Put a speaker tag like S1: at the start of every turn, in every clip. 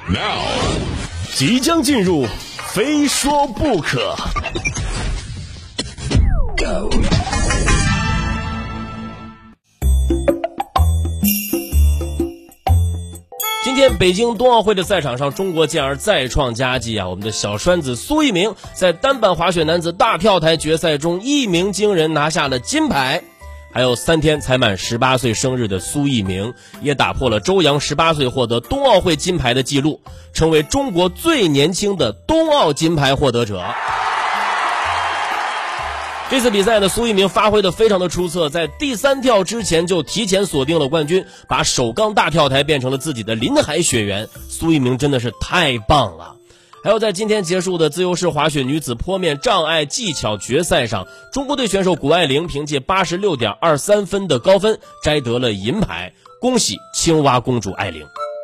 S1: Now， 即将进入，非说不可。Go。今天北京冬奥会的赛场上，中国健儿再创佳绩啊！我们的小栓子苏翊鸣在单板滑雪男子大跳台决赛中一鸣惊人，拿下了金牌。还有3天才满18岁生日的苏翊鸣也打破了周洋18岁获得冬奥会金牌的记录，成为中国最年轻的冬奥金牌获得者。这次比赛呢，苏翊鸣发挥的非常的出色，在第3跳之前就提前锁定了冠军，把首钢大跳台变成了自己的临海雪原。苏翊鸣真的是太棒了。还有在今天结束的自由式滑雪女子坡面障碍技巧决赛上，中国队选手谷爱凌凭借86.23分的高分摘得了银牌，恭喜青蛙公主爱凌。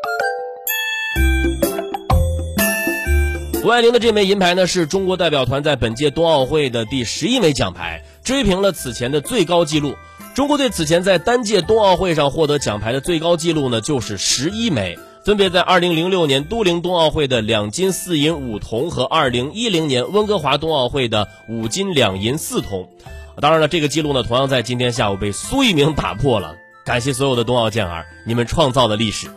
S1: 谷爱凌的这枚银牌呢，是中国代表团在本届冬奥会的第11枚奖牌，追平了此前的最高纪录。中国队此前在单届冬奥会上获得奖牌的最高纪录呢，就是11枚，分别在2006年都灵冬奥会的2金4银5铜和2010年温哥华冬奥会的5金2银4铜。当然了，这个纪录呢，同样在今天下午被苏翊鸣打破了。感谢所有的冬奥健儿，你们创造了历史。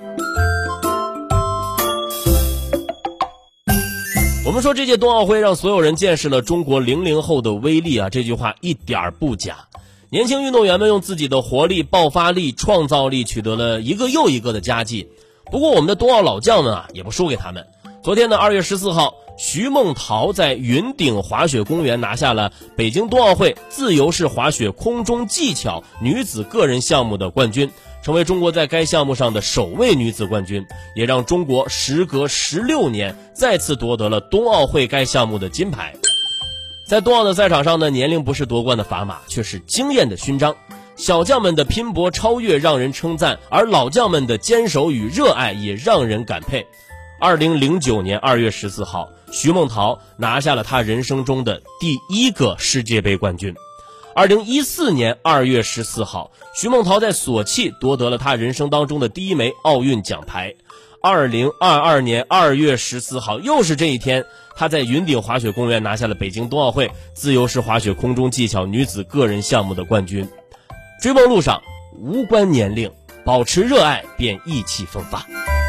S1: 我们说这届冬奥会让所有人见识了中国00后的威力啊，这句话一点不假。年轻运动员们用自己的活力、爆发力、创造力取得了一个又一个的佳绩。不过我们的冬奥老将们啊，也不输给他们。昨天的2月14号，徐梦桃在云顶滑雪公园拿下了北京冬奥会自由式滑雪空中技巧女子个人项目的冠军，成为中国在该项目上的首位女子冠军，也让中国时隔16年再次夺得了冬奥会该项目的金牌。在冬奥的赛场上呢，年龄不是夺冠的砝码，却是经验的勋章。小将们的拼搏超越让人称赞，而老将们的坚守与热爱也让人感佩。2009年2月14号，徐梦桃拿下了她人生中的第1个世界杯冠军。2014年2月14号，徐梦桃在索契夺得了她人生当中的第1枚奥运奖牌。2022年2月14号，又是这一天，她在云顶滑雪公园拿下了北京冬奥会自由式滑雪空中技巧女子个人项目的冠军。追梦路上无关年龄，保持热爱便意气风发。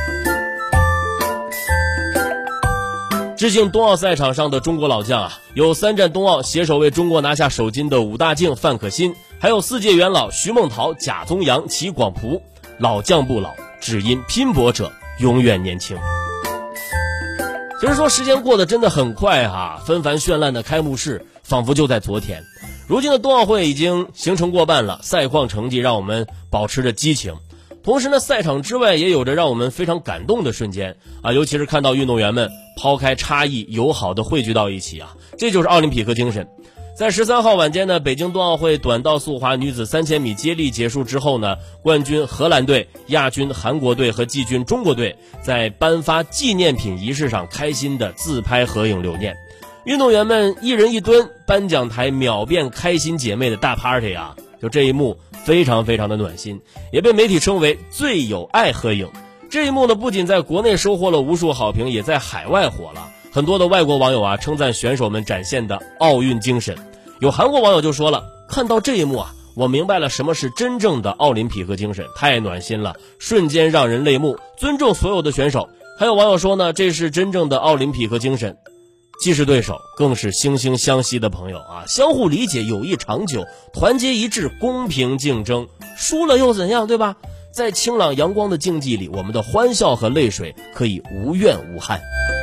S1: 致敬冬奥赛场上的中国老将啊，有3战冬奥携手为中国拿下首金的武大靖、范可新，还有4届元老徐梦桃、贾宗洋、齐广璞。老将不老，只因拼搏者永远年轻。其实说时间过得真的很快啊，纷繁绚烂的开幕式仿佛就在昨天。如今的冬奥会已经行程过半了，赛况成绩让我们保持着激情。同时呢，赛场之外也有着让我们非常感动的瞬间啊，尤其是看到运动员们抛开差异，友好的汇聚到一起啊，这就是奥林匹克精神。在13号晚间呢，北京冬奥会短道速滑女子3000米接力结束之后呢，冠军荷兰队、亚军韩国队和季军中国队在颁发纪念品仪式上开心的自拍合影留念。运动员们一人一吨，颁奖台秒变开心姐妹的大 party 啊！就这一幕非常非常的暖心，也被媒体称为最有爱合影。这一幕呢，不仅在国内收获了无数好评，也在海外火了。很多的外国网友啊称赞选手们展现的奥运精神。有韩国网友就说了，看到这一幕啊，我明白了什么是真正的奥林匹克精神，太暖心了，瞬间让人泪目，尊重所有的选手。还有网友说呢，这是真正的奥林匹克精神，既是对手，更是惺惺相惜的朋友啊！相互理解，友谊长久，团结一致，公平竞争，输了又怎样，对吧？在清朗阳光的竞技里，我们的欢笑和泪水可以无怨无憾。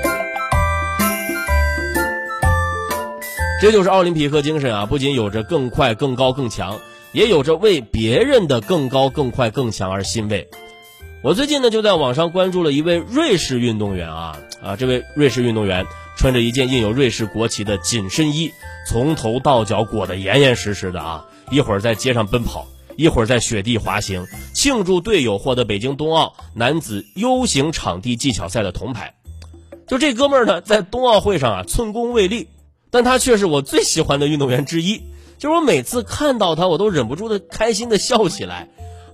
S1: 这就是奥林匹克精神啊！不仅有着更快、更高、更强，也有着为别人的更高、更快、更强而欣慰。我最近呢就在网上关注了一位瑞士运动员这位瑞士运动员穿着一件印有瑞士国旗的紧身衣，从头到脚裹得严严实实的啊！一会儿在街上奔跑，一会儿在雪地滑行，庆祝队友获得北京冬奥男子 U 型场地技巧赛的铜牌。就这哥们儿呢，在冬奥会上寸功未立，但他却是我最喜欢的运动员之一。就是我每次看到他，我都忍不住的开心的笑起来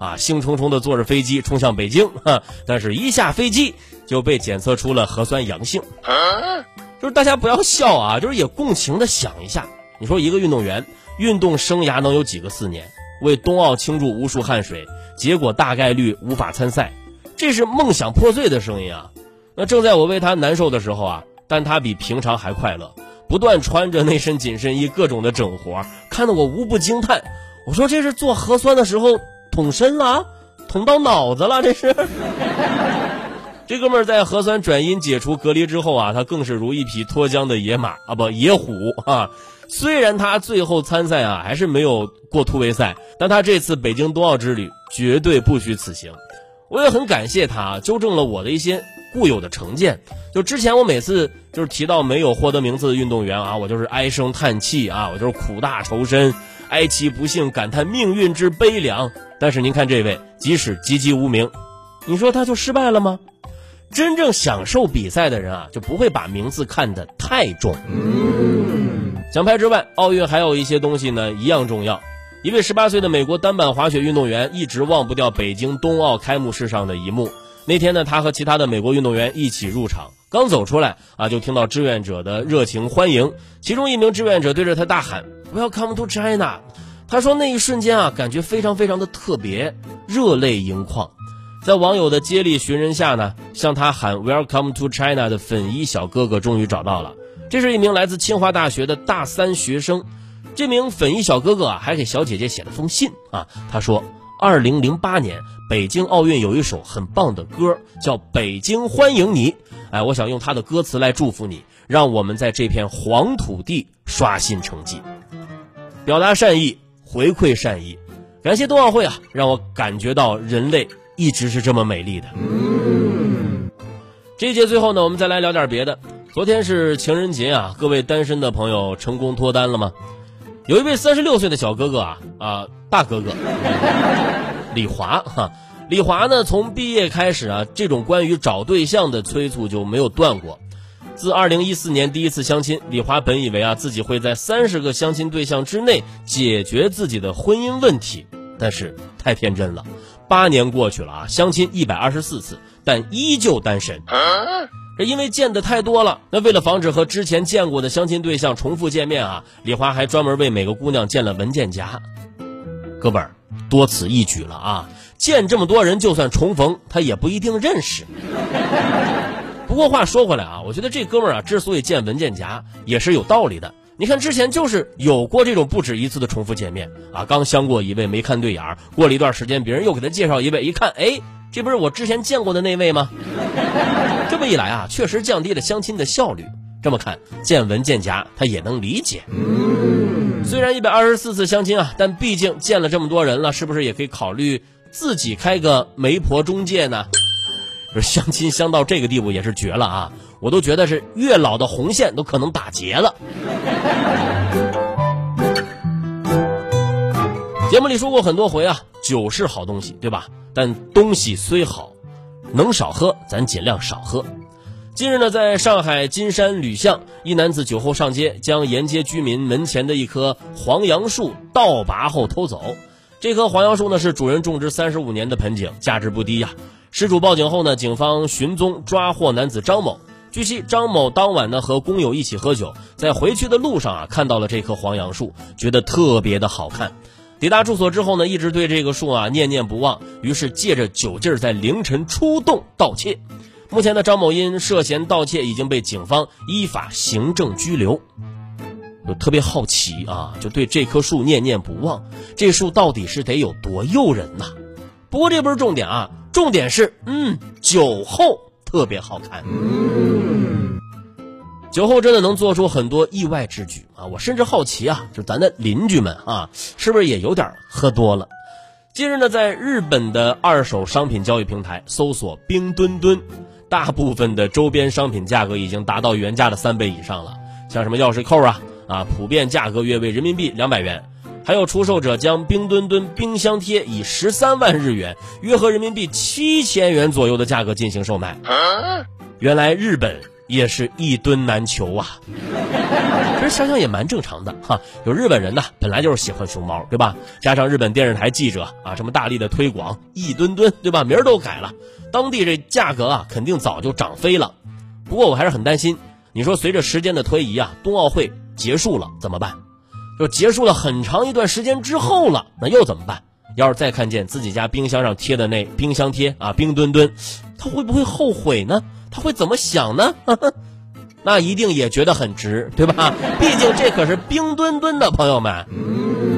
S1: 啊，兴冲冲的坐着飞机冲向北京，但是一下飞机就被检测出了核酸阳性。就是大家不要笑啊，就是也共情的想一下，你说一个运动员运动生涯能有几个4年，为冬奥倾注无数汗水，结果大概率无法参赛，这是梦想破碎的声音啊。那正在我为他难受的时候啊，但他比平常还快乐，不断穿着那身紧身衣各种的整活，看得我无不惊叹。我说这是做核酸的时候捅身了，捅到脑子了，这是。这哥们儿在核酸转阴解除隔离之后啊，他更是如一匹脱缰的野马啊，不，野虎啊。虽然他最后参赛啊还是没有过突围赛，但他这次北京冬奥之旅绝对不虚此行。我也很感谢他纠正了我的一些固有的成见。就之前我每次就是提到没有获得名次的运动员啊，我就是唉声叹气啊，我就是苦大仇深，哀其不幸，感叹命运之悲凉。但是您看这位，即使籍籍无名，你说他就失败了吗？真正享受比赛的人啊，就不会把名次看得太重。奖牌之外，奥运还有一些东西呢一样重要。一位18岁的美国单板滑雪运动员一直忘不掉北京冬奥开幕式上的一幕。那天呢，他和其他的美国运动员一起入场，刚走出来啊，就听到志愿者的热情欢迎。其中一名志愿者对着他大喊 "Welcome to China"。他说那一瞬间啊，感觉非常非常的特别，热泪盈眶。在网友的接力寻人下呢，向他喊 Welcome to China 的粉衣小哥哥终于找到了。这是一名来自清华大学的大3学生。这名粉衣小哥哥啊，还给小姐姐写了封信啊。他说2008年北京奥运有一首很棒的歌叫北京欢迎你，我想用他的歌词来祝福你，让我们在这片黄土地刷新成绩。表达善意，回馈善意，感谢冬奥会啊，让我感觉到人类一直是这么美丽的。这一节最后呢，我们再来聊点别的。昨天是情人节啊，各位单身的朋友成功脱单了吗？有一位36岁的小哥哥大哥哥李华李华呢，从毕业开始啊，这种关于找对象的催促就没有断过。自2014年第一次相亲，李华本以为啊自己会在30个相亲对象之内解决自己的婚姻问题，但是太天真了。8年过去了啊，相亲124次，但依旧单身。这因为见的太多了，那为了防止和之前见过的相亲对象重复见面啊，李华还专门为每个姑娘建了文件夹。哥们儿，多此一举了啊！见这么多人，就算重逢，他也不一定认识。不过话说回来啊，我觉得这哥们儿啊，之所以建文件夹也是有道理的。你看之前就是有过这种不止一次的重复见面啊，刚相过一位没看对眼，过了一段时间别人又给他介绍一位，一看这不是我之前见过的那位吗？这么一来啊，确实降低了相亲的效率。这么看，建文件夹他也能理解。虽然124次相亲啊，但毕竟见了这么多人了，是不是也可以考虑自己开个媒婆中介呢？相亲相到这个地步也是绝了啊！我都觉得是月老的红线都可能打结了。节目里说过很多回啊，酒是好东西，对吧？但东西虽好，能少喝咱尽量少喝。近日呢，在上海金山吕巷，一男子酒后上街，将沿街居民门前的一棵黄杨树倒拔后偷走。这棵黄杨树呢，是主人种植35年的盆景，价值不低呀。失主报警后呢，警方寻踪抓获男子张某。据悉，张某当晚呢和工友一起喝酒，在回去的路上啊看到了这棵黄杨树，觉得特别的好看。抵达住所之后呢，一直对这个树啊念念不忘，于是借着酒劲儿在凌晨出动盗窃。目前呢，张某因涉嫌盗窃已经被警方依法行政拘留。我特别好奇啊，就对这棵树念念不忘，这树到底是得有多诱人呐？不过这不是重点啊，重点是酒后特别好看。酒后真的能做出很多意外之举啊！我甚至好奇啊，就咱的邻居们啊，是不是也有点喝多了？近日呢，在日本的二手商品交易平台搜索冰墩墩，大部分的周边商品价格已经达到原价的3倍以上了，像什么钥匙扣普遍价格约为人民币200元。还有出售者将冰墩墩冰箱贴以13万日元，约合人民币7000元左右的价格进行售卖。原来日本也是一吨难求啊！ 其实想想也蛮正常的哈。有日本人呢，本来就是喜欢熊猫，对吧？加上日本电视台记者啊，这么大力的推广，一吨吨，对吧？名儿都改了，当地这价格啊，肯定早就涨飞了。不过我还是很担心，你说随着时间的推移啊，冬奥会结束了怎么办？就结束了很长一段时间之后了，那又怎么办？要是再看见自己家冰箱上贴的那冰箱贴啊，冰墩墩，他会不会后悔呢？他会怎么想呢？那一定也觉得很值，对吧？毕竟这可是冰墩墩的，朋友们。